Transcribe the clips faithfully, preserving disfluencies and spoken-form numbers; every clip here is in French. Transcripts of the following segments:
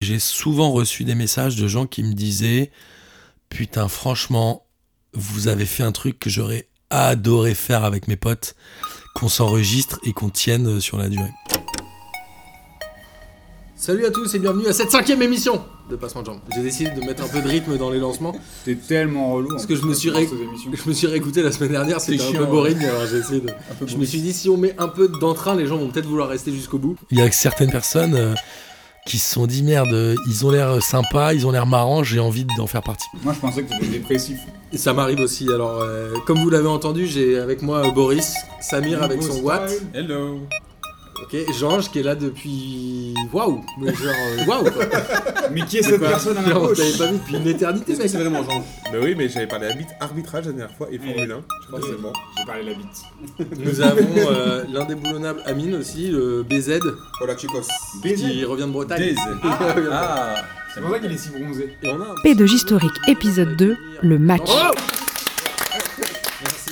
J'ai souvent reçu des messages de gens qui me disaient « Putain, franchement, vous avez fait un truc que j'aurais adoré faire avec mes potes, qu'on s'enregistre et qu'on tienne sur la durée. » Salut à tous et bienvenue à cette cinquième émission de Passement de Jambes. J'ai décidé de mettre un peu de rythme dans les lancements. T'es tellement relou. Parce que je me suis, ré... je me suis réécouté la semaine dernière, c'était un peu boring, alors j'ai essayé de... Je me suis dit, si on met un peu d'entrain, les gens vont peut-être vouloir rester jusqu'au bout. Il y a certaines personnes euh, qui se sont dit, merde, ils ont l'air sympas, ils ont l'air marrants, j'ai envie d'en faire partie. Moi je pensais que t'étais dépressif. Et ça m'arrive aussi, alors euh, comme vous l'avez entendu, j'ai avec moi Boris, Samir avec son Watt. Hello. Ok, Jeange qui est là depuis... Waouh. Genre, waouh quoi. Mais qui est cette personne à ma gauche? On t'avait pas vu depuis une éternité, Est-ce mec. que c'est vraiment Jeange? Bah oui, mais j'avais parlé arbitrage la dernière fois et Formule un. Je crois que c'est bon. J'ai parlé la bite. Nous avons euh, l'indéboulonnable Amine aussi, le B Z. Hola chicos. Qui revient de Bretagne. B Z. Ah, ah. C'est pour ça qu'il est si bronzé. Et on a un P deux J historique, épisode deux, le match. Oh Merci.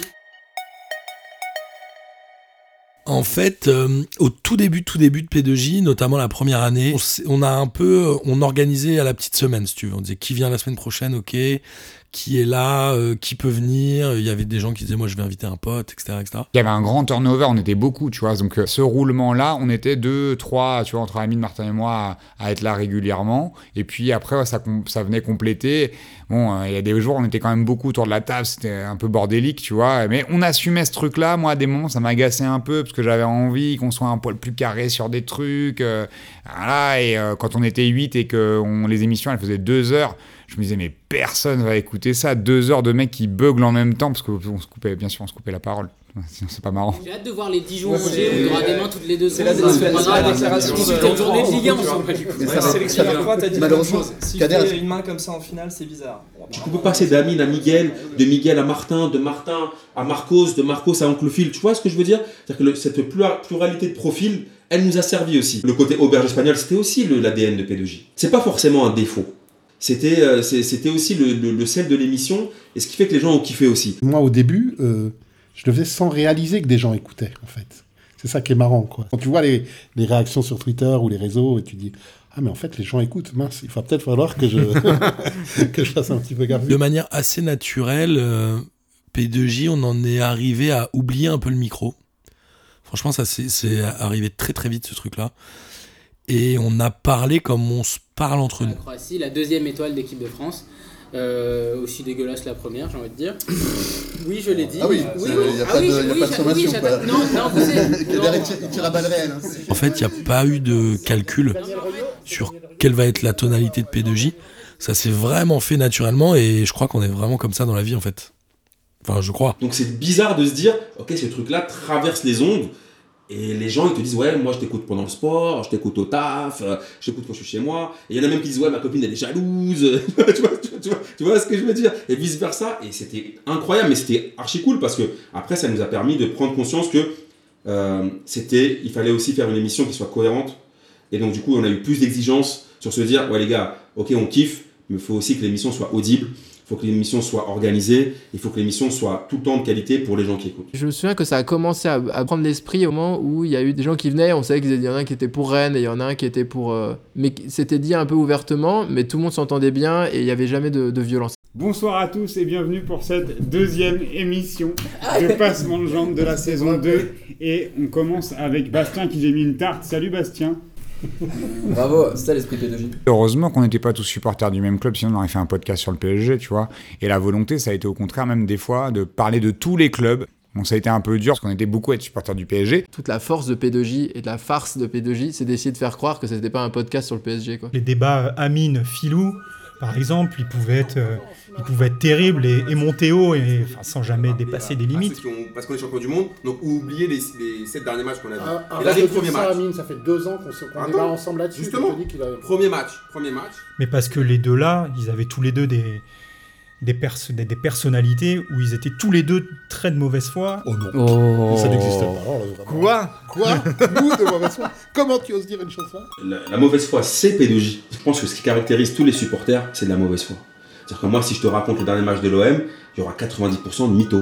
En fait, euh, au tout début, tout début de P deux J, notamment la première année, on, on a un peu, on organisait à la petite semaine, si tu veux. On disait qui vient la semaine prochaine, ok, qui est là, euh, qui peut venir. Il y avait des gens qui disaient moi je vais inviter un pote, et cetera, et cetera. Il y avait un grand turnover, on était beaucoup, tu vois. Donc euh, ce roulement-là, on était deux, trois, tu vois, entre Amine, Martin et moi, à, à être là régulièrement. Et puis après, ouais, ça, ça venait compléter. Bon, il euh, y a des jours, on était quand même beaucoup autour de la table, c'était un peu bordélique, tu vois. Mais on assumait ce truc-là. Moi, à des moments, ça m'agaçait un peu parce que j'avais envie qu'on soit un poil plus carré sur des trucs. Euh, voilà. Et euh, quand on était huit et que on, les émissions, elles faisaient deux heures, je me disais, mais personne va écouter ça. Deux heures de mecs qui beuglent en même temps parce qu'on se coupait, bien sûr, on se coupait la parole. Sinon, c'est pas marrant. J'ai hâte de voir les Dijon Angers où il y aura des mains toutes les deux c'est la, secondes. c'est la, c'est la déclaration C'est de une journée de Ligue un ensemble. La sélection de droite a dit la même chose. Si je fais une main comme ça en finale, c'est bizarre. Tu peux passer d'Amine à Miguel, de Miguel à Martin, de Martin à Marcos, de Marcos à Oncle Phil. Tu vois ce que je veux dire? C'est-à-dire que le, cette pluralité de profils, elle nous a servi aussi. Le côté auberge espagnole, c'était aussi le, l'A D N de P deux J. C'est pas forcément un défaut. C'était, euh, c'était aussi le, le, le sel de l'émission, et ce qui fait que les gens ont kiffé aussi. Moi, au début, euh, je le faisais sans réaliser que des gens écoutaient, en fait. C'est ça qui est marrant, quoi. Quand tu vois les, les réactions sur Twitter ou les réseaux, et tu dis « Ah, mais en fait, les gens écoutent. Mince, il va peut-être falloir que je, que je fasse un petit peu gaffe. » De manière assez naturelle, euh, P deux J, on en est arrivé à oublier un peu le micro. Franchement, ça c'est, c'est arrivé très très vite, ce truc-là. Et on a parlé comme on se parle entre nous. La Croatie, la deuxième étoile d'équipe de France. Euh, aussi dégueulasse la première, j'ai envie de dire. Oui, je l'ai dit. Ah oui, oui, il oui. n'y a Ah pas oui, de, y a oui, pas de sommation, oui, quoi. Non, non, vous savez. Il tire à balles réelles. En fait, il n'y a pas eu de calcul sur quelle va être la tonalité de P deux J. Ça s'est vraiment fait naturellement et je crois qu'on est vraiment comme ça dans la vie, en fait. Enfin, je crois. Donc c'est bizarre de se dire, ok, ce truc-là traverse les ondes, et les gens ils te disent, ouais, moi je t'écoute pendant le sport, je t'écoute au taf, euh, je t'écoute quand je suis chez moi. Et il y en a même qui disent, ouais, ma copine elle est jalouse. tu, vois, tu, vois, tu, vois, tu vois ce que je veux dire? Et vice versa. Et c'était incroyable, mais c'était archi cool parce que après ça nous a permis de prendre conscience que euh, c'était, il fallait aussi faire une émission qui soit cohérente. Et donc du coup, on a eu plus d'exigences sur se dire, ouais les gars, ok, on kiffe, mais il faut aussi que l'émission soit audible. Il faut que l'émission soit organisée, il faut que l'émission soit tout le temps de qualité pour les gens qui écoutent. Je me souviens que ça a commencé à, à prendre l'esprit au moment où il y a eu des gens qui venaient, on savait qu'il y en a un qui était pour Rennes et il y en a un qui était pour... Euh, mais c'était dit un peu ouvertement, mais tout le monde s'entendait bien et il n'y avait jamais de, de violence. Bonsoir à tous et bienvenue pour cette deuxième émission de Passement de Jambes de la saison deux. Et on commence avec Bastien qui j'ai mis une tarte. Salut Bastien. Bravo, c'est ça l'esprit P deux J. Heureusement qu'on n'était pas tous supporters du même club, sinon on aurait fait un podcast sur le P S G, tu vois. Et la volonté, ça a été au contraire même des fois de parler de tous les clubs. Bon, ça a été un peu dur parce qu'on était beaucoup à être supporters du P S G. Toute la force de P deux J et de la farce de P deux J, c'est d'essayer de faire croire que c'était pas un podcast sur le P S G, quoi. Les débats euh, Amine-Filou, par exemple, ils pouvaient être, euh, ils pouvaient être terribles et, et monter haut et, enfin, sans jamais dépasser des limites. Parce, ont, parce qu'on est champion du monde, donc oublier les, les sept derniers matchs qu'on a vus. Ah, et là, les premiers ça, matchs. Amine, ça fait deux ans qu'on, se, qu'on est là ensemble là-dessus. Justement, dit qu'il a... premier match, premier match. Mais parce que les deux là, ils avaient tous les deux des, des, perso- des, des personnalités où ils étaient tous les deux très de mauvaise foi. Oh non, Oh. ça n'existe pas. Alors, là, vraiment. Quoi Quoi Nous de mauvaise foi? Comment tu oses dire une chose ça? La, la mauvaise foi, c'est P deux J. Je pense que ce qui caractérise tous les supporters, c'est de la mauvaise foi. C'est-à-dire que moi, si je te raconte les derniers matchs de l'O M, il y aura quatre-vingt-dix pour cent de mythos.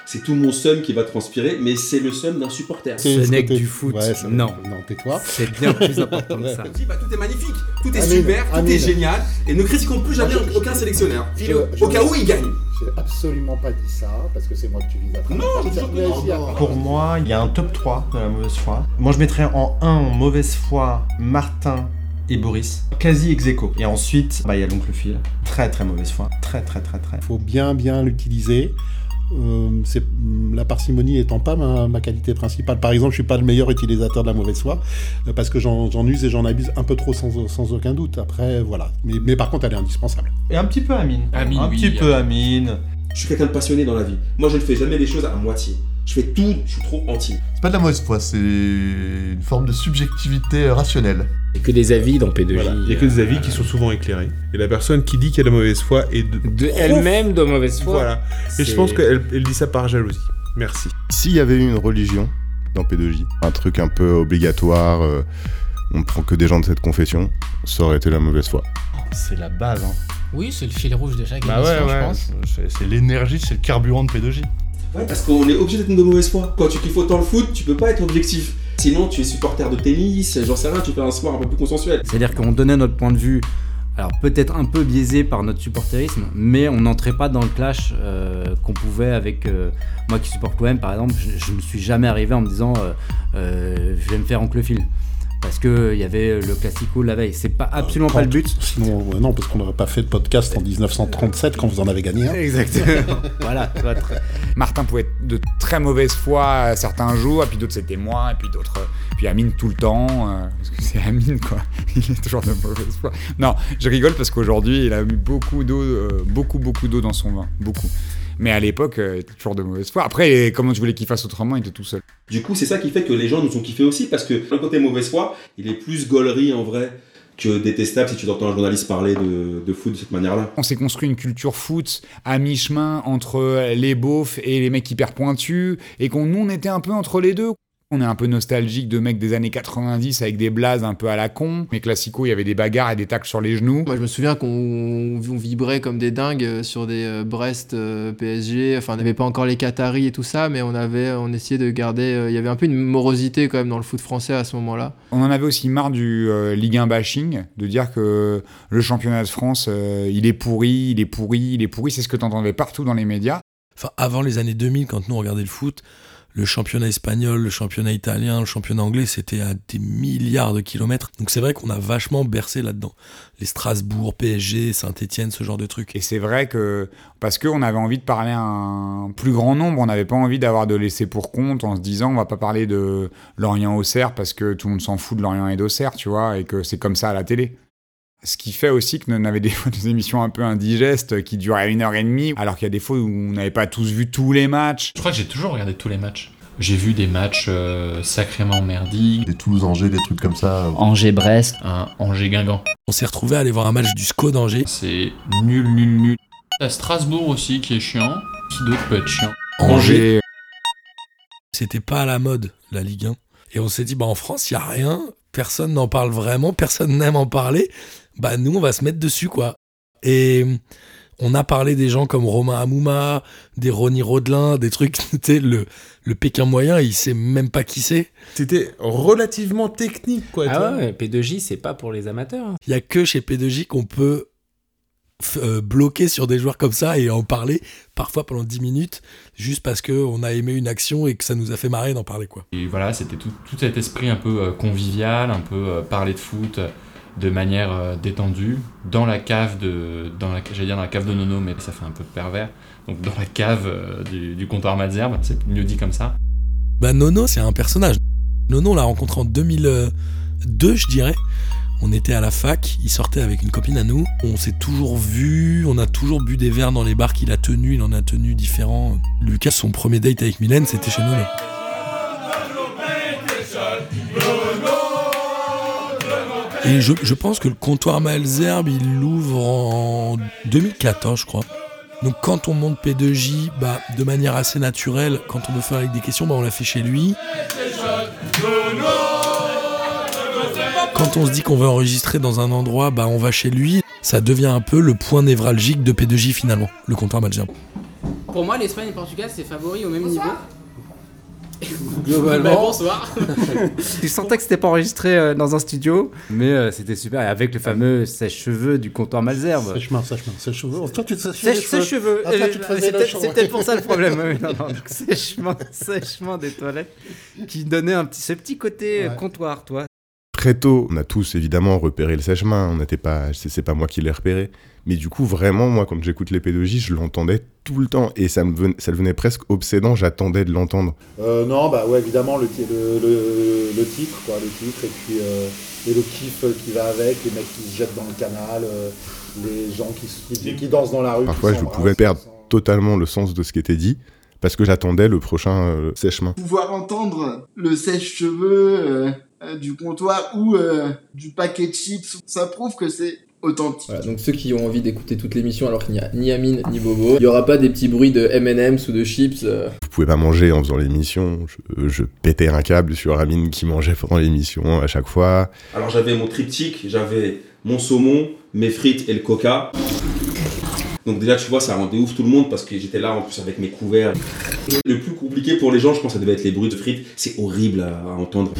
c'est tout mon seum qui va transpirer, mais c'est le seum d'un supporter. Ce n'est que du foot. Ouais, ça, non. Non, tais-toi. C'est bien plus important que ça. Bah, tout est magnifique, tout est Amine, super, tout Amine. est génial, et ne critiquons plus jamais je- aucun sélectionneur. Je- Au je- cas où il gagne. J'ai absolument pas dit ça, parce que c'est moi que tu vises à travers. Non, ta je carte. te Mais jure que si, non. attends. Pour moi, il y a un top trois de la mauvaise foi. Moi, je mettrais en un en mauvaise foi Martin et Boris. Quasi ex aequo. Et ensuite, bah, il y a l'oncle Phil. Très très mauvaise foi. Très très très très. Il faut bien bien l'utiliser. Euh, c'est, la parcimonie étant pas ma, ma qualité principale. Par exemple, je suis pas le meilleur utilisateur de la mauvaise foi euh, parce que j'en, j'en use et j'en abuse un peu trop sans, sans aucun doute. Après, voilà. Mais, mais par contre, elle est indispensable. Et un petit peu Amine. Amine, un oui, petit Amine. peu Amine. Je suis quelqu'un de passionné dans la vie. Moi, je ne fais jamais les choses à moitié. Je fais tout, je suis trop entier. C'est pas de la mauvaise foi, c'est une forme de subjectivité rationnelle. Il n'y a que des avis dans P deux J. Voilà. Il n'y a que des avis qui sont souvent éclairés. Et la personne qui dit qu'il y a de la mauvaise foi est de, De elle-même de mauvaise foi. Voilà. Et je C'est- pense qu'elle elle dit ça par jalousie. Merci. S'il y avait eu une religion dans P deux J, un truc un peu obligatoire, euh, on ne prend que des gens de cette confession, ça aurait été la mauvaise foi. C'est la base, hein. Oui, c'est le fil rouge de chaque Bah émission, ouais, je ouais. pense. C'est, c'est l'énergie, c'est le carburant de P deux J. Ouais, parce qu'on est obligé d'être de mauvaise foi. Quand tu kiffes autant le foot, tu peux pas être objectif. Sinon, tu es supporter de tennis, j'en sais rien, tu fais un sport un peu plus consensuel. C'est-à-dire qu'on donnait notre point de vue, alors peut-être un peu biaisé par notre supporterisme, mais on n'entrait pas dans le clash euh, qu'on pouvait avec... euh, moi qui supporte l'O M par exemple, je ne me suis jamais arrivé en me disant euh, euh, je vais me faire oncle Phil. Parce qu'il y avait le Classico la veille. C'est pas, absolument Quand- pas le but. Sinon, euh, non, parce qu'on n'aurait pas fait de podcast en dix-neuf cent trente-sept quand vous en avez gagné un. Exactement. Voilà. tu vois, très- Martin pouvait être de très mauvaise foi certains jours, et puis d'autres c'était moi, et puis d'autres. euh, Puis Amine tout le temps, euh, parce que c'est Amine quoi. Il est toujours de mauvaise foi. Non, je rigole parce qu'aujourd'hui il a mis beaucoup d'eau, euh, beaucoup beaucoup d'eau dans son vin, beaucoup. Mais à l'époque, euh, il était toujours de mauvaise foi. Après, comment tu voulais qu'il fasse autrement, il était tout seul. Du coup, c'est ça qui fait que les gens nous ont kiffés aussi, parce que le côté mauvaise foi, il est plus gaulerie en vrai que détestable si tu entends un journaliste parler de, de foot de cette manière-là. On s'est construit une culture foot à mi-chemin entre les beaufs et les mecs hyper pointus, et qu'on nous on était un peu entre les deux. On est un peu nostalgique de mecs des années quatre-vingt-dix avec des blazes un peu à la con. Mais classico, il y avait des bagarres et des tacles sur les genoux. Moi, je me souviens qu'on on vibrait comme des dingues sur des euh, Brest euh, P S G. Enfin, on n'avait pas encore les Qataris et tout ça, mais on avait, on essayait de garder. euh, Il y avait un peu une morosité quand même dans le foot français à ce moment-là. On en avait aussi marre du euh, Ligue un bashing, de dire que le championnat de France, euh, il est pourri, il est pourri, il est pourri. C'est ce que tu entendais partout dans les médias. Enfin, avant les années deux mille, quand nous on regardait le foot, le championnat espagnol, le championnat italien, le championnat anglais, c'était à des milliards de kilomètres. Donc c'est vrai qu'on a vachement bercé là-dedans. Les Strasbourg, P S G, Saint-Etienne, ce genre de trucs. Et c'est vrai que, parce qu'on avait envie de parler à un plus grand nombre, on n'avait pas envie d'avoir de laisser pour compte en se disant on va pas parler de Lorient-Auxerre parce que tout le monde s'en fout de Lorient et d'Auxerre, tu vois, et que c'est comme ça à la télé. Ce qui fait aussi que nous, on avait des fois des émissions un peu indigestes qui duraient une heure et demie, alors qu'il y a des fois où on n'avait pas tous vu tous les matchs. Je crois que j'ai toujours regardé tous les matchs. J'ai vu des matchs euh, sacrément merdiques. Des Toulouse-Angers, des trucs comme ça. Angers-Brest. Un Angers-Guingamp. On s'est retrouvés à aller voir un match du S C O d'Angers. C'est nul, nul, nul. À Strasbourg aussi qui est chiant. Qui d'autre peut être chiant? Angers. C'était pas à la mode, la Ligue un. Et on s'est dit, bah en France, il y a rien. Personne n'en parle vraiment. Personne n'aime en parler. Bah nous, on va se mettre dessus, quoi. Et on a parlé des gens comme Romain Hamouma, des Ronny Rodelin, des trucs, tu sais, le, le Pékin moyen, il sait même pas qui c'est. C'était relativement technique, quoi. Ah toi. ouais, P deux J, c'est pas pour les amateurs. Il y a que chez P deux J qu'on peut f- euh, bloquer sur des joueurs comme ça et en parler parfois pendant dix minutes, juste parce qu'on a aimé une action et que ça nous a fait marrer d'en parler, quoi. Et voilà, c'était tout, tout cet esprit un peu euh, convivial, un peu euh, parler de foot euh, de manière euh, détendue, dans la cave de, dans la, j'allais dire dans la cave de Nono, mais ça fait un peu pervers, donc dans la cave euh, du, du comptoir Malzerbe, c'est mieux dit comme ça. Bah Nono, c'est un personnage. Nono, on l'a rencontré en deux mille deux, je dirais. On était à la fac, il sortait avec une copine à nous. On s'est toujours vu, on a toujours bu des verres dans les bars qu'il a tenus, il en a tenu différents. Lucas, son premier date avec Mylène, c'était chez Nono. Et je, je pense que le comptoir Malzerbe, il l'ouvre en deux mille quatorze, je crois. Donc quand on monte P deux J, bah, de manière assez naturelle, quand on veut faire avec des questions, bah, on l'a fait chez lui. Quand on se dit qu'on veut enregistrer dans un endroit, bah, on va chez lui. Ça devient un peu le point névralgique de P deux J finalement, le comptoir Malzerbe. Pour moi, l'Espagne et le Portugal, c'est favori au même niveau. Globalement. Bah, bonsoir. Je sentais que c'était pas enregistré euh, dans un studio, mais euh, c'était super. Et avec le fameux sèche-cheveux du comptoir Malzerbe. Sèche-main, sèche-main, sèche-cheveux. Oh, toi, tu te sèches Sèche, les cheveux. sèche-cheveux. Ah, toi, Euh, tu te c'est faisais le peut-être champ. c'est peut-être pour ça le problème. Oui, non, non, donc sèchement, sèchement des toilettes qui donnait un petit, ce petit côté euh, Ouais. comptoir, toi. Très tôt, on a tous évidemment repéré le sèche-main, on n'était pas, c'est, c'est pas moi qui l'ai repéré, mais du coup vraiment moi quand j'écoute les P deux J, je l'entendais tout le temps et ça me venait, ça devenait presque obsédant, j'attendais de l'entendre. Euh, non, bah ouais, évidemment, le, ti- le, le, le titre, quoi, le titre, et puis euh, et le kiff qui va avec, les mecs qui se jettent dans le canal, euh, les gens qui, s- qui, qui dansent dans la rue. Parfois qui je s'embrassent. pouvais perdre totalement le sens de ce qui était dit parce que j'attendais le prochain euh, sèche-main. Pouvoir entendre le sèche-cheveux euh, euh, du comptoir ou euh, du paquet de chips, ça prouve que c'est authentique. Voilà, donc ceux qui ont envie d'écouter toute l'émission alors qu'il n'y a ni Amine ni Bobo, il n'y aura pas des petits bruits de M and M's ou de chips. euh. Vous pouvez pas manger en faisant l'émission, je, je pétais un câble sur Amine qui mangeait pendant l'émission à chaque fois. Alors j'avais mon triptyque, j'avais mon saumon, mes frites et le coca. Donc déjà tu vois ça rendait ouf tout le monde parce que j'étais là en plus avec mes couverts. Le plus compliqué pour les gens je pense ça devait être les bruits de frites, c'est horrible à, à entendre.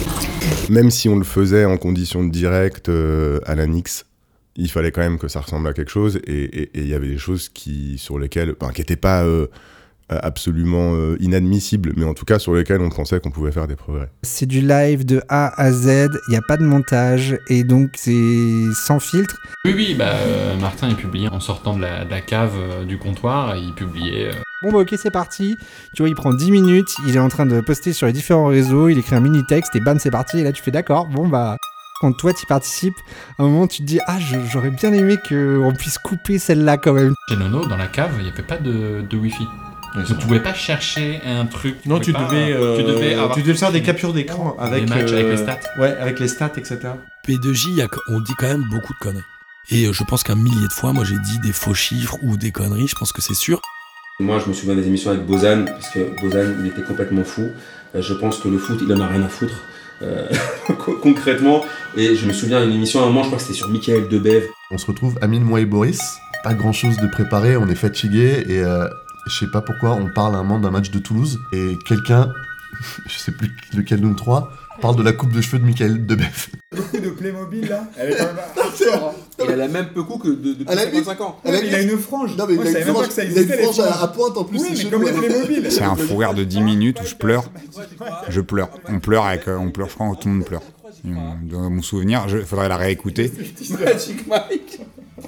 Même si on le faisait en conditions de direct euh, à l'Anix, il fallait quand même que ça ressemble à quelque chose et il y avait des choses qui, sur lesquelles, ben, qui n'étaient pas euh, absolument euh, inadmissibles, mais en tout cas sur lesquelles on pensait qu'on pouvait faire des progrès. C'est du live de A à Z, il n'y a pas de montage, et donc c'est sans filtre. Oui, oui, bah, euh, Martin, il publiait en sortant de la, de la cave euh, du comptoir, il publiait... euh, Bon bah ok, c'est parti. Tu vois, il prend dix minutes, il est en train de poster sur les différents réseaux, il écrit un mini texte et bam, c'est parti. Et là tu fais d'accord, bon bah... Quand toi tu participes, à un moment tu te dis ah je- j'aurais bien aimé qu'on puisse couper celle-là quand même. Chez Nono, dans la cave, il n'y avait pas de, de Wi-Fi. Oui, tu ne pouvais pas chercher un truc. Non, tu pouvais pas- devais, euh, tu devais avoir... tu devais faire des captures d'écran avec, Des matchs, euh, avec les stats. Ouais, avec les stats, et cetera. P deux J, il y a- on dit quand même beaucoup de conneries. Et euh, je pense qu'un millier de fois, moi j'ai dit des faux chiffres ou des conneries, je pense que c'est sûr. Moi je me souviens des émissions avec Bozan parce que Bozan il était complètement fou. Euh, je pense que le foot il en a rien à foutre. Euh, concrètement, et je me souviens d'une émission à un moment, je crois que c'était sur Michael Debève. On se retrouve, Amine, moi et Boris, pas grand chose de préparé, on est fatigué et euh, je sais pas pourquoi on parle à un moment d'un match de Toulouse et quelqu'un, je sais plus lequel de nous trois, parle de la coupe de cheveux de Michael Debève. Beaucoup de Playmobil là. Elle est quand même hardcore, hein. Il a la même peu coup que de, depuis À la limite, cinquante-cinq ans. à la limite, il a une frange. Non, mais Moi, il je a savais une même pas frange- que ça il a une existait, les frange à- franges. à pointe en plus, Oui, c'est mais chelou, comme les ouais. Playmobil. C'est un fou rire de dix minutes où je pleure. Je pleure. On pleure avec. euh, On pleure, je crois que tout le monde pleure. Hum, Dans mon souvenir, il faudrait la réécouter. Magic Mike.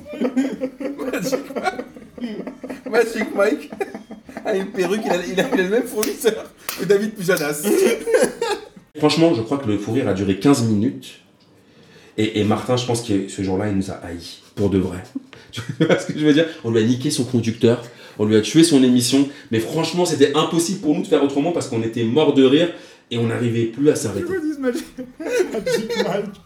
Magic Mike. Magic Mike a une perruque, il a, il a, il a le même fournisseur que David Pujadas. Franchement, je crois que le fou rire a duré quinze minutes. Et, et Martin, je pense que ce jour-là, il nous a haïs. Pour de vrai. Tu vois ce que je veux dire? On lui a niqué son conducteur, on lui a tué son émission. Mais franchement, c'était impossible pour nous de faire autrement parce qu'on était morts de rire et on n'arrivait plus à s'arrêter. Magic Mike.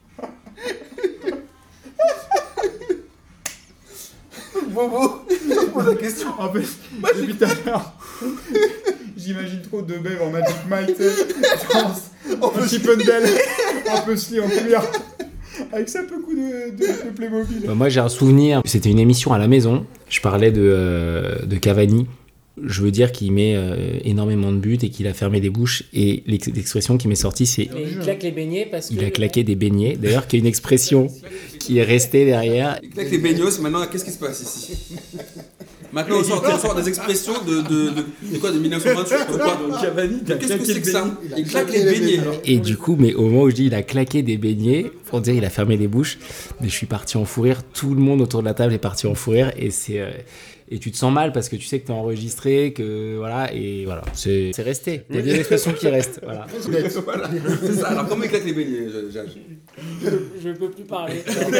Bobo, je te pose la question. En fait, depuis tout à l'heure, j'imagine trop de Bev en Magic Mike, tu sais. En petit Pundel, en puzzle en cuir. Avec ça, peu coup de, de, de Playmobil. Bah, moi j'ai un souvenir, c'était une émission à la maison, je parlais de, euh, de Cavani. Je veux dire qu'il met euh, énormément de buts et qu'il a fermé des bouches. Et l'ex- l'expression qui m'est sortie, c'est Mais il claque les beignets parce que. il a claqué des beignets. D'ailleurs, qui est une expression qui est restée derrière. Il claque les baignos, maintenant, qu'est-ce qui se passe ici? Maintenant, on sort, on sort des expressions de, de, de, de quoi, de mille neuf cent vingt-huit ou quoi? Qu'est-ce que c'est que ça? Il claque les beignets. Et du coup, mais au moment où je dis il a claqué des beignets, pour dire il a fermé des bouches, mais je suis parti en fou rire. Tout le monde autour de la table est parti en fou rire. Et c'est. Euh, Et tu te sens mal parce que tu sais que t'es enregistré, que voilà, et voilà, c'est c'est resté. Il y a des expressions qui restent, voilà. Voilà, c'est ça. Alors, comment il claque les beignets, Jage? Je peux plus parler.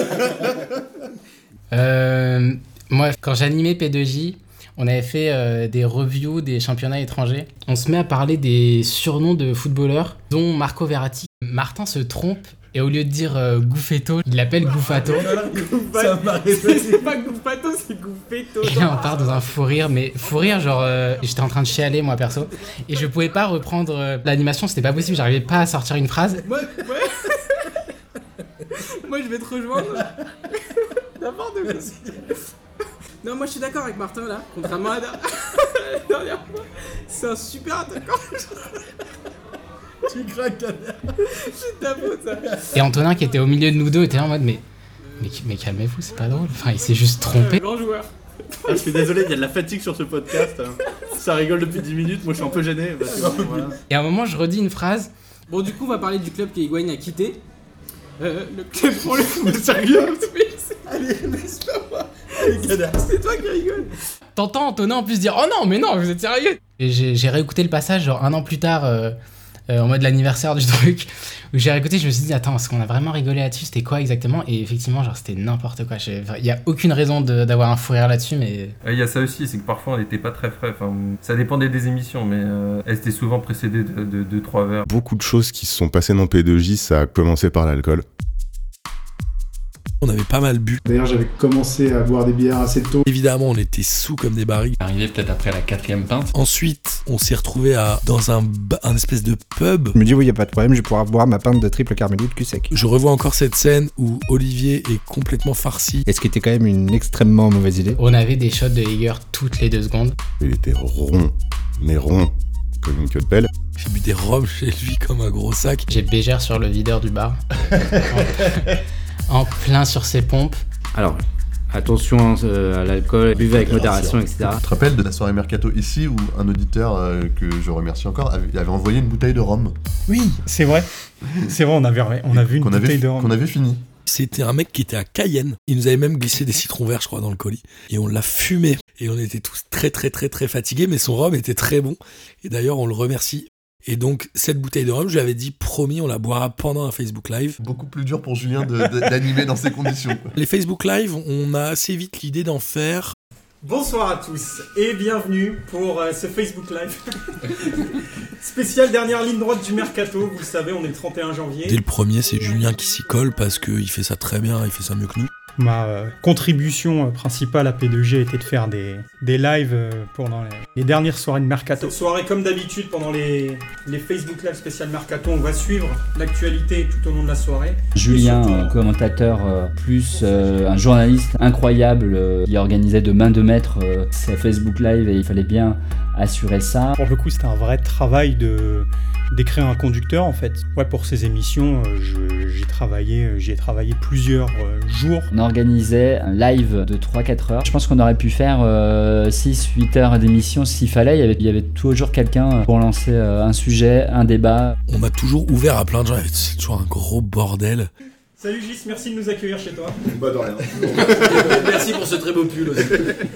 euh, moi, quand j'animais P deux J, on avait fait euh, des reviews des championnats étrangers. On se met à parler des surnoms de footballeurs, dont Marco Verratti. Martin se trompe. Et au lieu de dire euh, Gouffetto, il l'appelle Gouffato. Ça m'arrive. C'est pas Gouffato, c'est Gouffetto. Et là, on part dans un fou rire, mais fou rire, genre, euh, j'étais en train de chialer, moi, perso. Et je pouvais pas reprendre euh, l'animation, c'était pas possible, j'arrivais pas à sortir une phrase. Moi, moi, je vais te rejoindre. N'importe quoi. Non, moi, je suis d'accord avec Martin, là, contrairement à... la dernière fois. C'est un super attaquant. Tu craques, c'est ta faute, ça. Et Antonin qui était au milieu de nous deux était en mode mais, mais, mais calmez-vous, c'est pas drôle. Enfin, il s'est juste trompé. Grand joueur. Ah, je suis désolé, il y a de la fatigue sur ce podcast. Ça rigole depuis dix minutes, moi je suis un peu gêné. Parce que, voilà. Et à un moment, je redis une phrase. Bon, du coup, on va parler du club qu'Higuaín a quitté. Euh, le club pour le foot. Sérieux? Allez, laisse-moi voir. C'est toi qui rigole. T'entends Antonin en plus dire oh non, mais non, vous êtes sérieux? Et j'ai, j'ai réécouté le passage, genre un an plus tard, euh, euh, en mode l'anniversaire du truc, où j'ai réécouté, je me suis dit attends, est-ce qu'on a vraiment rigolé là-dessus? C'était quoi exactement? Et effectivement, genre c'était n'importe quoi. Il y a aucune raison de, d'avoir un fou rire là-dessus, mais. Il y a ça aussi, c'est que parfois on n'était pas très frais. Enfin, ça dépendait des émissions, mais euh, elles étaient souvent précédées de, de, de trois verres. Beaucoup de choses qui se sont passées dans P deux J, ça a commencé par l'alcool. On avait pas mal bu. D'ailleurs, j'avais commencé à boire des bières assez tôt. Évidemment, on était sous comme des barils. Arrivé peut-être après la quatrième pinte. Ensuite, on s'est retrouvé à, dans un, un espèce de pub. Je me dis, oui, y a pas de problème, je vais pouvoir boire ma pinte de triple carmélite cul sec. Je revois encore cette scène où Olivier est complètement farci. Et ce qui était quand même une extrêmement mauvaise idée. On avait des shots de Jäger toutes les deux secondes. Il était rond, mais rond, comme une queue de pelle. J'ai bu des rhums chez lui comme un gros sac. J'ai bégère sur le videur du bar. En plein sur ses pompes. Alors, attention euh, à l'alcool, buvez avec modération, et cetera. Tu te rappelles de la soirée Mercato ici où un auditeur euh, que je remercie encore avait, avait envoyé une bouteille de rhum? Oui, c'est vrai. C'est vrai, on avait, on a vu une qu'on bouteille avait, de rhum. Qu'on avait fini. C'était un mec qui était à Cayenne. Il nous avait même glissé des citrons verts, je crois, dans le colis. Et on l'a fumé. Et on était tous très, très, très, très fatigués. Mais son rhum était très bon. Et d'ailleurs, on le remercie. Et donc, cette bouteille de rhum, je lui avais dit, promis, on la boira pendant un Facebook Live. Beaucoup plus dur pour Julien de, de, d'animer dans ces conditions. Quoi. Les Facebook Live, on a assez vite l'idée d'en faire. Bonsoir à tous et bienvenue pour euh, ce Facebook Live. Spécial dernière ligne droite du Mercato. Vous le savez, on est le trente et un janvier. Dès le premier, c'est Julien qui s'y colle parce qu'il fait ça très bien, il fait ça mieux que nous. Ma euh, contribution euh, principale à P deux G était de faire des, des lives euh, pendant les, les dernières soirées de Mercato. Cette soirée, comme d'habitude, pendant les, les Facebook Live spécial Mercato, on va suivre l'actualité tout au long de la soirée. Julien, surtout, euh, commentateur, euh, plus euh, un journaliste incroyable euh, qui organisait de main de maître euh, ses Facebook Live et il fallait bien assurer ça. Pour le coup, c'était un vrai travail de d'écrire un conducteur en fait. Ouais, pour ces émissions, euh, je, j'ai travaillé, j'y ai travaillé plusieurs euh, jours. On organisait un live de trois à quatre heures. Je pense qu'on aurait pu faire euh, six à huit heures d'émission s'il fallait. Il y avait, il y avait toujours quelqu'un pour lancer euh, un sujet, un débat. On a toujours ouvert à plein de gens. C'est toujours un gros bordel. Salut Gis, merci de nous accueillir chez toi. Bah de rien. Merci pour ce très beau pull aussi.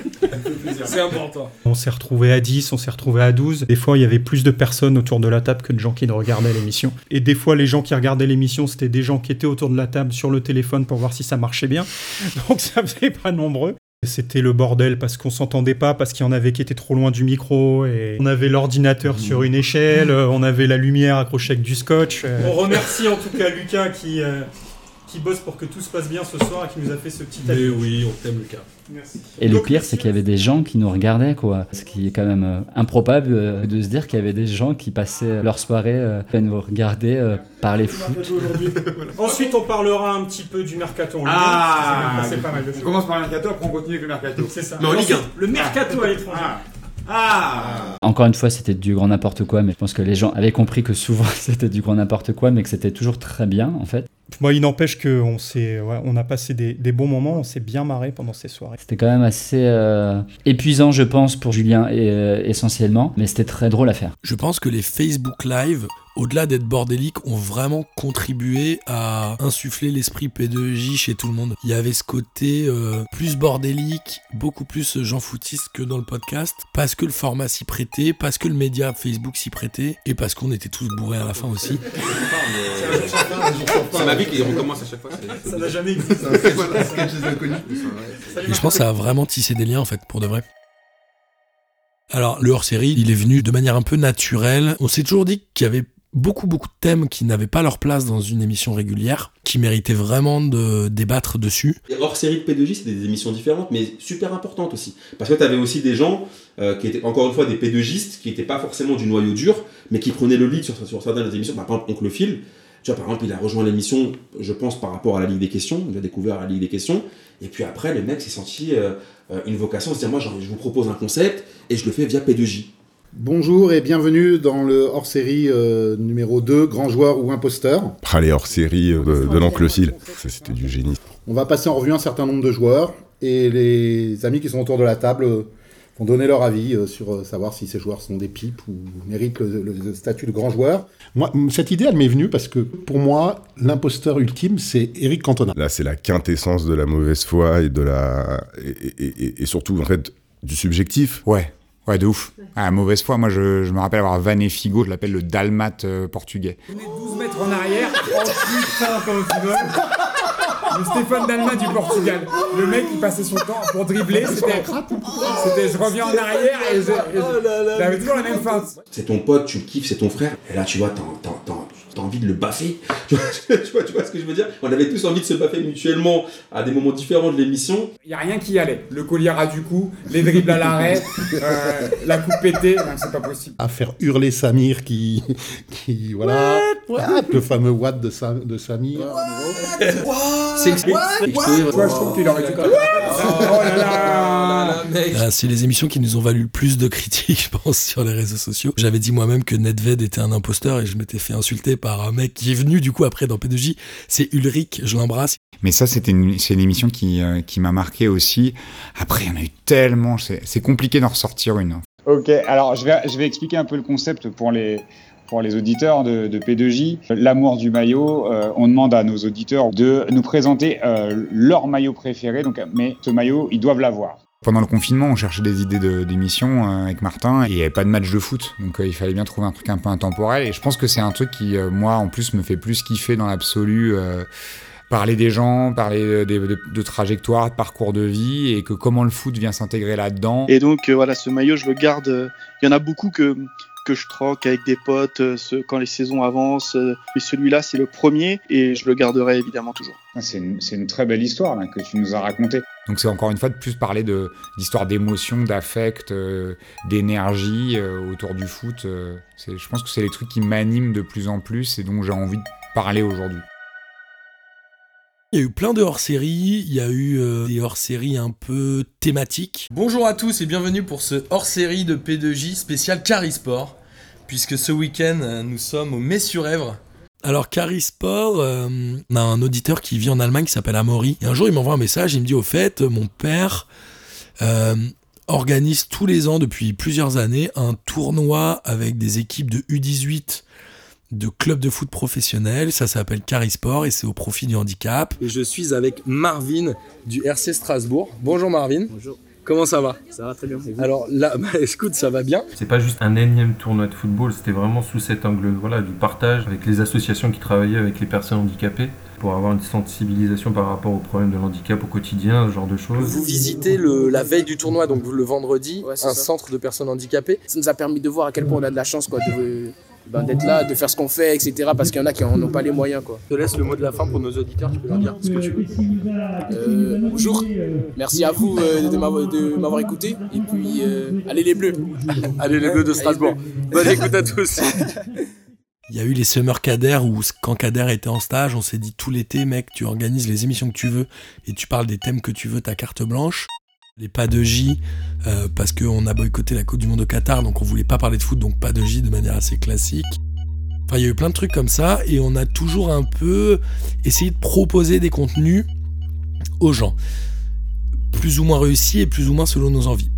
C'est important. On s'est retrouvés à dix, on s'est retrouvés à douze. Des fois, il y avait plus de personnes autour de la table que de gens qui regardaient l'émission. Et des fois, les gens qui regardaient l'émission, c'était des gens qui étaient autour de la table sur le téléphone pour voir si ça marchait bien. Donc ça faisait pas nombreux. C'était le bordel parce qu'on s'entendait pas, parce qu'il y en avait qui étaient trop loin du micro, et on avait l'ordinateur sur une échelle, on avait la lumière accrochée avec du scotch. On remercie en tout cas Lucas qui... Euh... qui bosse pour que tout se passe bien ce soir et qui nous a fait ce petit Mais oui, on t'aime Lucas. Merci. Et le pire, c'est qu'il y avait des gens qui nous regardaient, quoi. Ce qui est quand même euh, improbable euh, de se dire qu'il y avait des gens qui passaient leur soirée euh, à nous regarder euh, parler foot. Ensuite, on parlera un petit peu du Mercato en ligne. Ah, c'est pas mal de choses. On commence par le Mercato, après on continue avec le Mercato. C'est ça. Mais en Ligue un. Le Mercato à l'étranger. Ah. Ah. Encore une fois, c'était du grand n'importe quoi, mais je pense que les gens avaient compris que souvent c'était du grand n'importe quoi, mais que c'était toujours très bien, en fait. Moi, il n'empêche qu'on s'est, ouais, on a passé des, des bons moments, on s'est bien marré pendant ces soirées. C'était quand même assez euh, épuisant, je pense, pour Julien, et, euh, essentiellement, mais c'était très drôle à faire. Je pense que les Facebook Live, au-delà d'être bordéliques, ont vraiment contribué à insuffler l'esprit P deux J chez tout le monde. Il y avait ce côté euh, plus bordélique, beaucoup plus Jean Foutiste que dans le podcast, parce que le format s'y prêtait, parce que le média Facebook s'y prêtait, et parce qu'on était tous bourrés à la fin aussi. C'est ma vie qui recommence à chaque fois. Ça n'a jamais existé. C'est un sketch des inconnus. Et je pense que ça a vraiment tissé des liens en fait, pour de vrai. Alors, le hors-série, il est venu de manière un peu naturelle. On s'est toujours dit qu'il y avait beaucoup, beaucoup de thèmes qui n'avaient pas leur place dans une émission régulière, qui méritaient vraiment de débattre dessus. Et hors-série de P deux J, c'était des émissions différentes, mais super importantes aussi. Parce que tu avais aussi des gens euh, qui étaient, encore une fois, des P deux Gistes, qui n'étaient pas forcément du noyau dur, mais qui prenaient le lead sur, sur certaines émissions. Par exemple, Oncle Phil, Tu vois, par exemple, il a rejoint l'émission, je pense, par rapport à la Ligue des questions. Il a découvert la Ligue des questions. Et puis après, le mec s'est senti euh, une vocation, c'est-à-dire, moi, genre, je vous propose un concept et je le fais via P deux J. Bonjour et bienvenue dans le hors-série euh, numéro deux, Grand joueur ou imposteur. Ah, les hors-série euh, de l'oncle Phil, ça c'était du génie. On va passer en revue un certain nombre de joueurs et les amis qui sont autour de la table euh, vont donner leur avis euh, sur euh, savoir si ces joueurs sont des pipes ou méritent le, le, le statut de grand joueur. Moi, cette idée, elle m'est venue parce que pour moi, l'imposteur ultime, c'est Eric Cantona. Là, c'est la quintessence de la mauvaise foi et de la et, et, et, et surtout en fait du subjectif. Ouais. Ouais, de ouf. Ah, mauvaise foi, moi je, je me rappelle avoir vanné Figo, je l'appelle le dalmate euh, portugais. On est douze mètres en arrière. Oh putain, comment tu veux. Le Stéphane Dalma du Portugal. Le mec, il passait son temps pour dribbler. C'était, c'était je reviens en arrière et je, et je, il avait toujours la même feinte. C'est ton pote, tu le kiffes, c'est ton frère. Et là, tu vois, t'as, t'as, t'as, t'as envie de le baffer. Tu vois, tu, vois, tu vois ce que je veux dire? On avait tous envie de se baffer mutuellement à des moments différents de l'émission. Il n'y a rien qui y allait. Le collier à du cou, les dribbles à l'arrêt, euh, la coupe pétée. Non, c'est pas possible. À faire hurler Samir qui. qui voilà. What, what le fameux what de, Sam, de Samir. What what c'est expliqué. Toi, je trouve qu'il aurait dû. Oh là là, mec. Ah, c'est les émissions qui nous ont valu le plus de critiques, je pense, sur les réseaux sociaux. J'avais dit moi-même que Nedved était un imposteur et je m'étais fait insulter par un mec qui est venu du coup après dans P deux J. C'est Ulrich, je l'embrasse. Mais ça, c'était une, c'est une émission qui, euh, qui m'a marqué aussi. Après, il y en a eu tellement, c'est, c'est compliqué d'en ressortir une. Ok, alors je vais, je vais expliquer un peu le concept pour les... Pour les auditeurs de, de P deux J, l'amour du maillot, euh, on demande à nos auditeurs de nous présenter euh, leur maillot préféré, donc, mais ce maillot, ils doivent l'avoir. Pendant le confinement, on cherchait des idées de, d'émissions euh, avec Martin, et il n'y avait pas de match de foot, donc euh, il fallait bien trouver un truc un peu intemporel, et je pense que c'est un truc qui, euh, moi, en plus, me fait plus kiffer dans l'absolu, euh, parler des gens, parler de, de, de trajectoire, de parcours de vie, et que comment le foot vient s'intégrer là-dedans. Et donc, euh, voilà, ce maillot, je le garde, il euh, y en a beaucoup que... que je troque avec des potes euh, ce, quand les saisons avancent. Euh, mais celui-là, c'est le premier et je le garderai évidemment toujours. C'est une, c'est une très belle histoire là, que tu nous as racontée. Donc c'est encore une fois de plus parler de, d'histoire d'émotion, d'affect, euh, d'énergie euh, autour du foot. Euh, c'est, je pense que c'est les trucs qui m'animent de plus en plus et dont j'ai envie de parler aujourd'hui. Il y a eu plein de hors-séries, il y a eu euh, des hors-séries un peu thématiques. Bonjour à tous et bienvenue pour ce hors-série de P deux J spécial Carisport, puisque ce week-end euh, nous sommes au Mets-sur-Èvre. Alors Carisport, euh, on a un auditeur qui vit en Allemagne qui s'appelle Amaury, et un jour il m'envoie un message, il me dit au fait, mon père euh, organise tous les ans depuis plusieurs années un tournoi avec des équipes de U dix-huit de club de foot professionnel, ça s'appelle Carisport et c'est au profit du handicap. Et je suis avec Marvin du R C Strasbourg. Bonjour Marvin. Bonjour. Comment ça va? Ça va très bien. Alors là, bah, écoute, ça va bien. C'est pas juste un énième tournoi de football, c'était vraiment sous cet angle, voilà, du partage avec les associations qui travaillaient avec les personnes handicapées pour avoir une sensibilisation par rapport aux problèmes de l'handicap au quotidien, ce genre de choses. Vous visitez le, la veille du tournoi, donc le vendredi, ouais, un ça. centre de personnes handicapées. Ça nous a permis de voir à quel point on a de la chance, quoi, de, ben, d'être là, de faire ce qu'on fait, et cetera. Parce qu'il y en a qui n'en ont pas les moyens, quoi. Je te laisse le mot de la fin pour nos auditeurs, tu peux leur dire ce que tu veux. Euh, bonjour, merci à vous euh, de, m'avoir, de m'avoir écouté. Et puis, euh, allez les Bleus. Allez les Bleus de Strasbourg. Bonne écoute à tous. Il y a eu les Summer Kader où quand Kader était en stage, on s'est dit tout l'été, mec, tu organises les émissions que tu veux et tu parles des thèmes que tu veux, ta carte blanche. Les pas de J, euh, parce qu'on a boycotté la Coupe du Monde au Qatar, donc on voulait pas parler de foot, donc pas de J de manière assez classique. Enfin, il y a eu plein de trucs comme ça et on a toujours un peu essayé de proposer des contenus aux gens. Plus ou moins réussis et plus ou moins selon nos envies.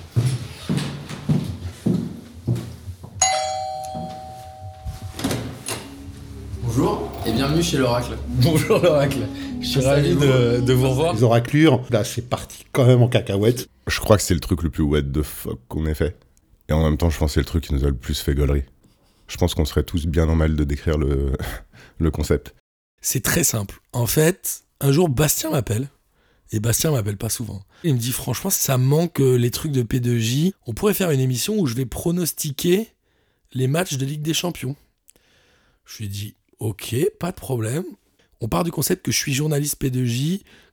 Bonjour et bienvenue chez l'Oracle. Bonjour l'Oracle, je suis ravi de, de vous revoir. Les oraclures, là c'est parti quand même en cacahuète. Je crois que c'est le truc le plus what the fuck qu'on ait fait. Et en même temps, je pense que c'est le truc qui nous a le plus fait gaulerie. Je pense qu'on serait tous bien en mal de décrire le, le concept. C'est très simple. En fait, un jour, Bastien m'appelle. Et Bastien m'appelle pas souvent. Il me dit, franchement, ça manque les trucs de P deux J. On pourrait faire une émission où je vais pronostiquer les matchs de Ligue des Champions. Je lui ai dit, ok, pas de problème. On part du concept que je suis journaliste P deux J,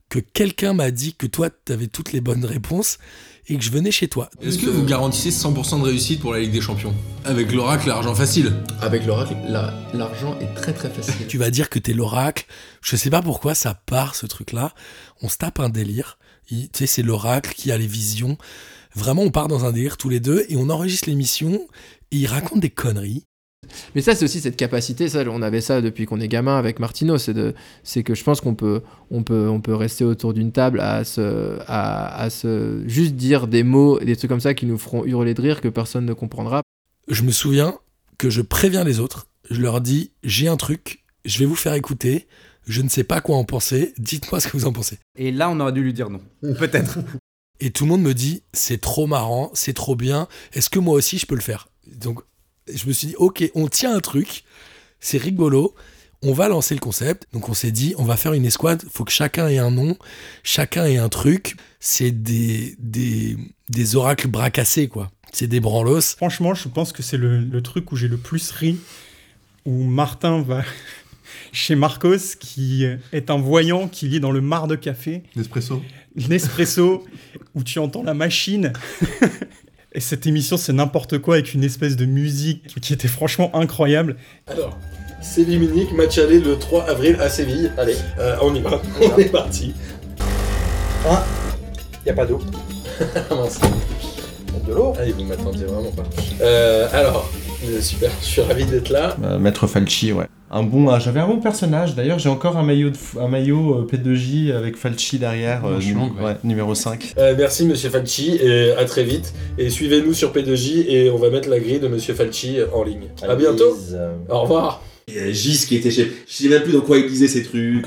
que quelqu'un m'a dit que toi, t'avais toutes les bonnes réponses et que je venais chez toi. Est-ce que vous garantissez cent pour cent de réussite pour la Ligue des Champions? Avec l'oracle, l'argent facile. Avec l'oracle, la- l'argent est très très facile. Tu vas dire que t'es l'oracle. Je sais pas pourquoi ça part, ce truc-là. On se tape un délire. Il- tu sais, c'est l'oracle qui a les visions. Vraiment, on part dans un délire tous les deux et on enregistre l'émission et il raconte des conneries. Mais ça, c'est aussi cette capacité, ça, on avait ça depuis qu'on est gamin avec Martino, c'est, de, c'est que je pense qu'on peut, on peut, on peut rester autour d'une table à se, à, à se juste dire des mots et des trucs comme ça qui nous feront hurler de rire que personne ne comprendra. Je me souviens que je préviens les autres. Je leur dis, j'ai un truc, je vais vous faire écouter. Je ne sais pas quoi en penser. Dites-moi ce que vous en pensez. Et là, on aurait dû lui dire non. Peut-être. Et tout le monde me dit, c'est trop marrant, c'est trop bien. Est-ce que moi aussi je peux le faire? Donc, je me suis dit, ok, on tient un truc, c'est rigolo, on va lancer le concept. Donc on s'est dit, on va faire une escouade, faut que chacun ait un nom, chacun ait un truc. C'est des, des, des oracles bracassés, quoi. C'est des branlos. Franchement, je pense que c'est le, le truc où j'ai le plus ri, où Martin va chez Marcos, qui est un voyant qui lit dans le mar de café. Nespresso. Nespresso, où tu entends la machine. Et cette émission, c'est n'importe quoi avec une espèce de musique qui était franchement incroyable. Alors, Séville Munich, match aller le trois avril à Séville. Allez, euh, on y va, on est parti. Ah, y a pas d'eau. Mince. De l'eau? Allez, vous m'attendiez vraiment pas. Euh, alors, euh, super, je suis ravi d'être là. Euh, Maître Falchi, ouais. Un bon, ah, j'avais un bon personnage. D'ailleurs, j'ai encore un maillot, de, f- un maillot euh, P deux J avec Falchi derrière, euh, Manche nu- longue, ouais. ouais, numéro cinq. Euh, merci Monsieur Falchi et à très vite. Et suivez-nous sur P deux J et on va mettre la grille de Monsieur Falchi en ligne. À bientôt. Au revoir. Il y a Gis qui était chez. Je sais même plus dans quoi il disait ces trucs.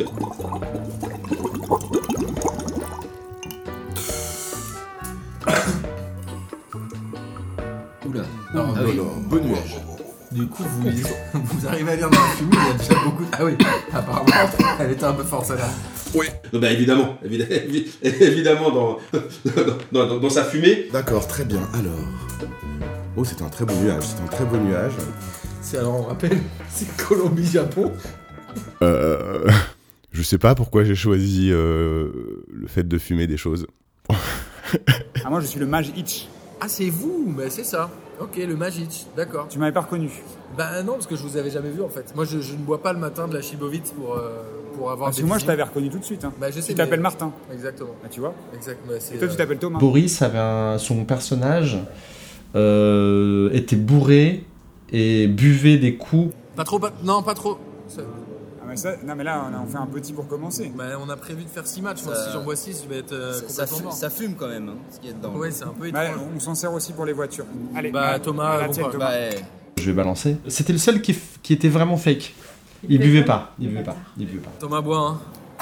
Oula. Alors, ah oui, beau nuage. Du coup, vous, vous arrivez à lire dans la fumée, il y a déjà beaucoup de... Ah oui, apparemment, elle était un peu forte celle-là. Oui. Non, bah évidemment, évi- évi- évidemment dans, dans, dans, dans sa fumée. D'accord, très bien. Alors. Oh, c'est un très beau nuage. C'est un très beau nuage. C'est alors, on rappelle, c'est Colombie-Japon. Euh, je sais pas pourquoi j'ai choisi euh, le fait de fumer des choses. Ah, moi, je suis le mage Itch. Ah, c'est vous? Bah c'est ça. Ok, le Magic, d'accord. Tu m'avais pas reconnu? Bah non, parce que je vous avais jamais vu en fait. Moi, je, je ne bois pas le matin de la Chibovitz pour, euh, pour avoir Parce des que moi, je visites. t'avais reconnu tout de suite. Hein. Bah je sais. Tu t'appelles mais- Martin. Exactement. Ah, tu vois? Exact. Bah, c'est, Et toi, tu euh, t'appelles Thomas. Boris avait un, son personnage euh, était bourré et buvait des coups. Pas trop, pas... non, pas trop. Ça- Ah, mais ça, non, mais là, on a- on fait un petit pour commencer. Bah, on a prévu de faire six matchs. Moi, Ça- si j'en bois six, je vais être euh, Ça- ça complètement fu- mort. ça fume quand même, hein, ce qu'il y a dedans. Ouais, c'est un peu Bah, étrange. on s'en sert aussi pour les voitures. Allez, Bah, à- Thomas, à la bon tienne, courage. Thomas. Bah, Je vais balancer. C'était le seul qui, f- qui était vraiment fake. Il buvait pas. Il buvait pas. Il buvait pas. Thomas bois, hein.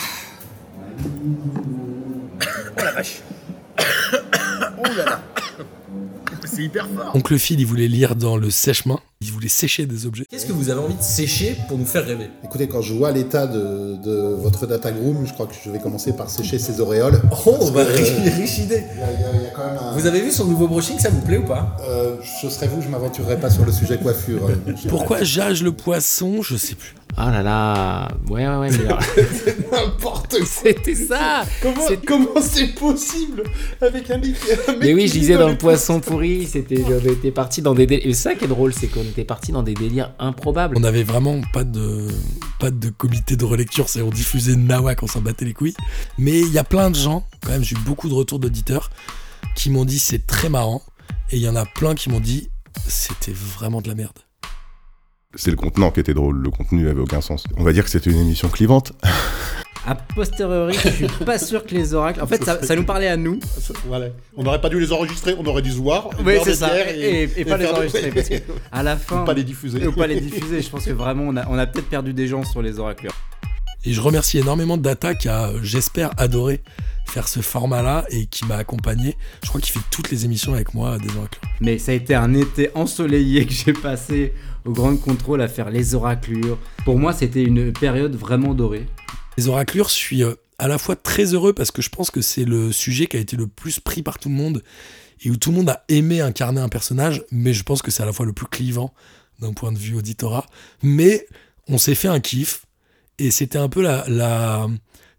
Oh la vache. Oh là là. C'est hyper fort. Oncle Phil, il voulait lire dans le sèche-main. Il voulait sécher des objets. Qu'est-ce que vous avez envie de sécher pour nous faire rêver? Écoutez, quand je vois l'état de, de votre data groom, je crois que je vais commencer par sécher ses auréoles. Oh, Parce bah, que, riche, euh, riche idée. il y a- il y a- il y a quand même un- Vous avez vu son nouveau brushing, ça vous plaît ou pas? Euh, ce serait vous, je m'aventurerai pas sur le sujet coiffure. euh, mon cher. Pourquoi Jage le poisson? Je sais plus. Ah là là, ouais ouais ouais, mais alors- N'importe quoi. C'était ça. Comment C'est- comment c'est possible avec un mec, un mec Mais oui, qui je lit disais dans les le poisson pourri, c'était, on était parti dans des délires. Et c'est ça qui est drôle, c'est qu'on était parti dans des délires improbables. On n'avait vraiment pas de, pas de comité de relecture, c'est on diffusait Nawak, on s'en battait les couilles. Mais il y a plein de gens, quand même, j'ai eu beaucoup de retours d'auditeurs qui m'ont dit c'est très marrant. Et il y en a plein qui m'ont dit c'était vraiment de la merde. C'est le contenant qui était drôle, le contenu avait aucun sens. On va dire que c'était une émission clivante. A posteriori, je suis pas sûr que les oracles. En fait, ça, ça nous parlait à nous. Voilà. On n'aurait pas dû les enregistrer, on aurait dû se voir. Oui, boire c'est des ça. bières Et, et pas les faire de- enregistrer. Parce que à la fin. Ou pas les diffuser. Ou pas les diffuser. Je pense que vraiment, on a, on a peut-être perdu des gens sur les oracleurs. Et je remercie énormément Data qui a, j'espère, adoré faire ce format-là et qui m'a accompagné. Je crois qu'il fait toutes les émissions avec moi des oracleurs. Mais ça a été un été ensoleillé que j'ai passé au Grand Contrôle à faire les oraclures. Pour moi, c'était une période vraiment dorée. Les oraclures, je suis euh, à la fois très heureux parce que je pense que c'est le sujet qui a été le plus pris par tout le monde et où tout le monde a aimé incarner un personnage, mais je pense que c'est à la fois le plus clivant d'un point de vue auditorat. Mais on s'est fait un kiff et c'était un peu la, la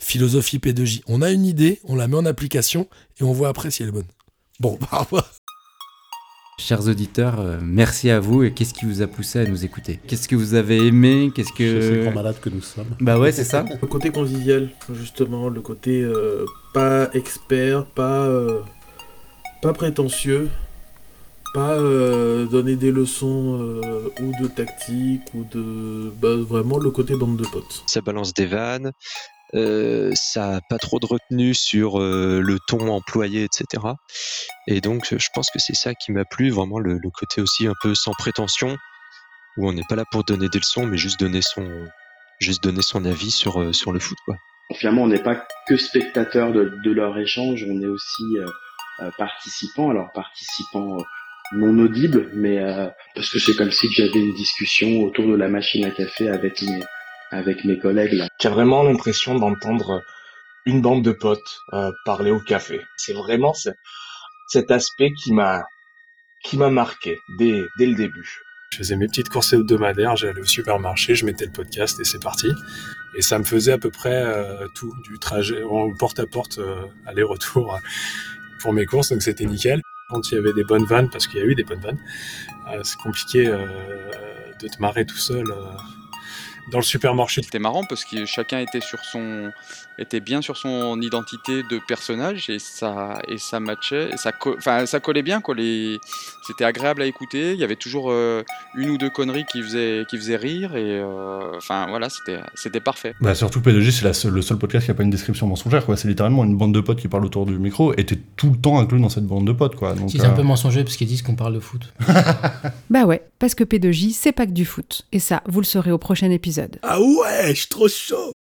philosophie P deux J. On a une idée, on la met en application et on voit après si elle est bonne. Bon, bah, bah. Chers auditeurs, euh, merci à vous. Et qu'est-ce qui vous a poussé à nous écouter ? Qu'est-ce que vous avez aimé ? Qu'est-ce que... Chez ces grands malades que nous sommes. Bah ouais, c'est ça. Le côté convivial, justement, le côté euh, pas expert, pas, euh, pas prétentieux, pas euh, donner des leçons euh, ou de tactique ou de... Bah, vraiment le côté bande de potes. Ça balance des vannes, euh, ça n'a pas trop de retenue sur euh, le ton employé, et cetera. Et donc je pense que c'est ça qui m'a plu, vraiment le, le côté aussi un peu sans prétention, où on n'est pas là pour donner des leçons, mais juste donner son, juste donner son avis sur, euh, sur le foot, quoi. Finalement, on n'est pas que spectateur de, de leur échange, on est aussi euh, euh, participant, alors participant euh, non audible, mais euh, parce que c'est comme si j'avais une discussion autour de la machine à café avec mes, avec mes collègues là. J'ai vraiment l'impression d'entendre une bande de potes euh, parler au café. C'est vraiment ce, cet aspect qui m'a qui m'a marqué dès, dès le début. Je faisais mes petites courses hebdomadaires, j'allais au supermarché, je mettais le podcast et c'est parti. Et ça me faisait à peu près euh, tout, du trajet, en porte à porte, euh, aller-retour euh, pour mes courses, donc c'était nickel. Quand il y avait des bonnes vannes, parce qu'il y a eu des bonnes vannes, euh, c'est compliqué euh, de te marrer tout seul euh, dans le supermarché. C'était marrant parce que chacun était sur son était bien sur son identité de personnage et ça et ça matchait et ça co- enfin ça collait bien quoi. Les... C'était agréable à écouter. Il y avait toujours euh, une ou deux conneries qui faisaient qui faisaient rire et euh, enfin voilà c'était c'était parfait. Bah surtout P deux J c'est la seule, le seul podcast qui a pas une description mensongère quoi. C'est littéralement une bande de potes qui parlent autour du micro et t'es tout le temps inclus dans cette bande de potes quoi. Donc, si c'est euh... un peu mensonger parce qu'ils disent qu'on parle de foot. Bah ouais, parce que P deux J c'est pas que du foot et ça vous le saurez au prochain épisode. Ah ouais, je suis trop chaud.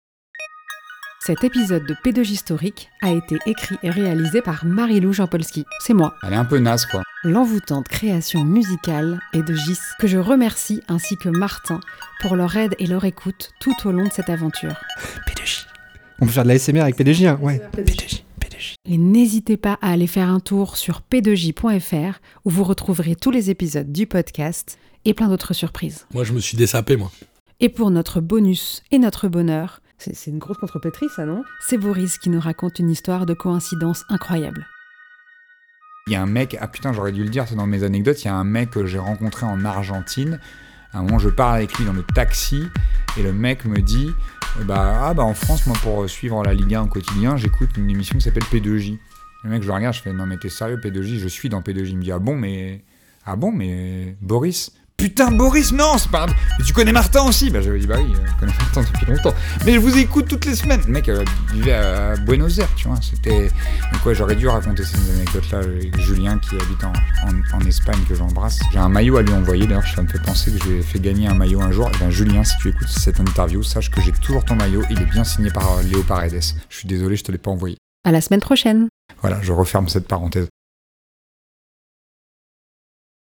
Cet épisode de P deux J Historique a été écrit et réalisé par Marie-Lou Jampolski. C'est moi. Elle est un peu naze, quoi. L'envoûtante création musicale est de Gis, que je remercie, ainsi que Martin, pour leur aide et leur écoute tout au long de cette aventure. P deux J. On peut faire de la S M R avec P deux J, hein. Ouais. P deux J. P deux J. Et n'hésitez pas à aller faire un tour sur p deux j point f r où vous retrouverez tous les épisodes du podcast et plein d'autres surprises. Moi, je me suis dessapé, moi. Et pour notre bonus et notre bonheur, c'est, c'est une grosse contrepétrie, ça, non ? C'est Boris qui nous raconte une histoire de coïncidence incroyable. Il y a un mec, ah putain, j'aurais dû le dire, c'est dans mes anecdotes, il y a un mec que j'ai rencontré en Argentine. À un moment, je parle avec lui dans le taxi et le mec me dit bah, ah, bah en France, moi, pour suivre la Ligue un au quotidien, j'écoute une émission qui s'appelle P deux J. Le mec, je le regarde, je fais non, mais t'es sérieux, P deux J ? Je suis dans P deux J. Il me dit ah bon, mais. Ah bon, mais. Boris ? Putain, Boris, non, c'est pas... Mais tu connais Martin aussi ? Bah, j'avais dit, bah oui, je connais Martin depuis longtemps. Mais je vous écoute toutes les semaines. Le mec euh, vivait à Buenos Aires, tu vois. C'était... Donc ouais, j'aurais dû raconter ces anecdotes-là avec Julien qui habite en, en, en Espagne, que j'embrasse. J'ai un maillot à lui envoyer, d'ailleurs, ça me fait penser que je lui ai fait gagner un maillot un jour. Et ben Julien, si tu écoutes cette interview, sache que j'ai toujours ton maillot. Il est bien signé par Léo Paredes. Je suis désolé, je te l'ai pas envoyé. À la semaine prochaine. Voilà, je referme cette parenthèse.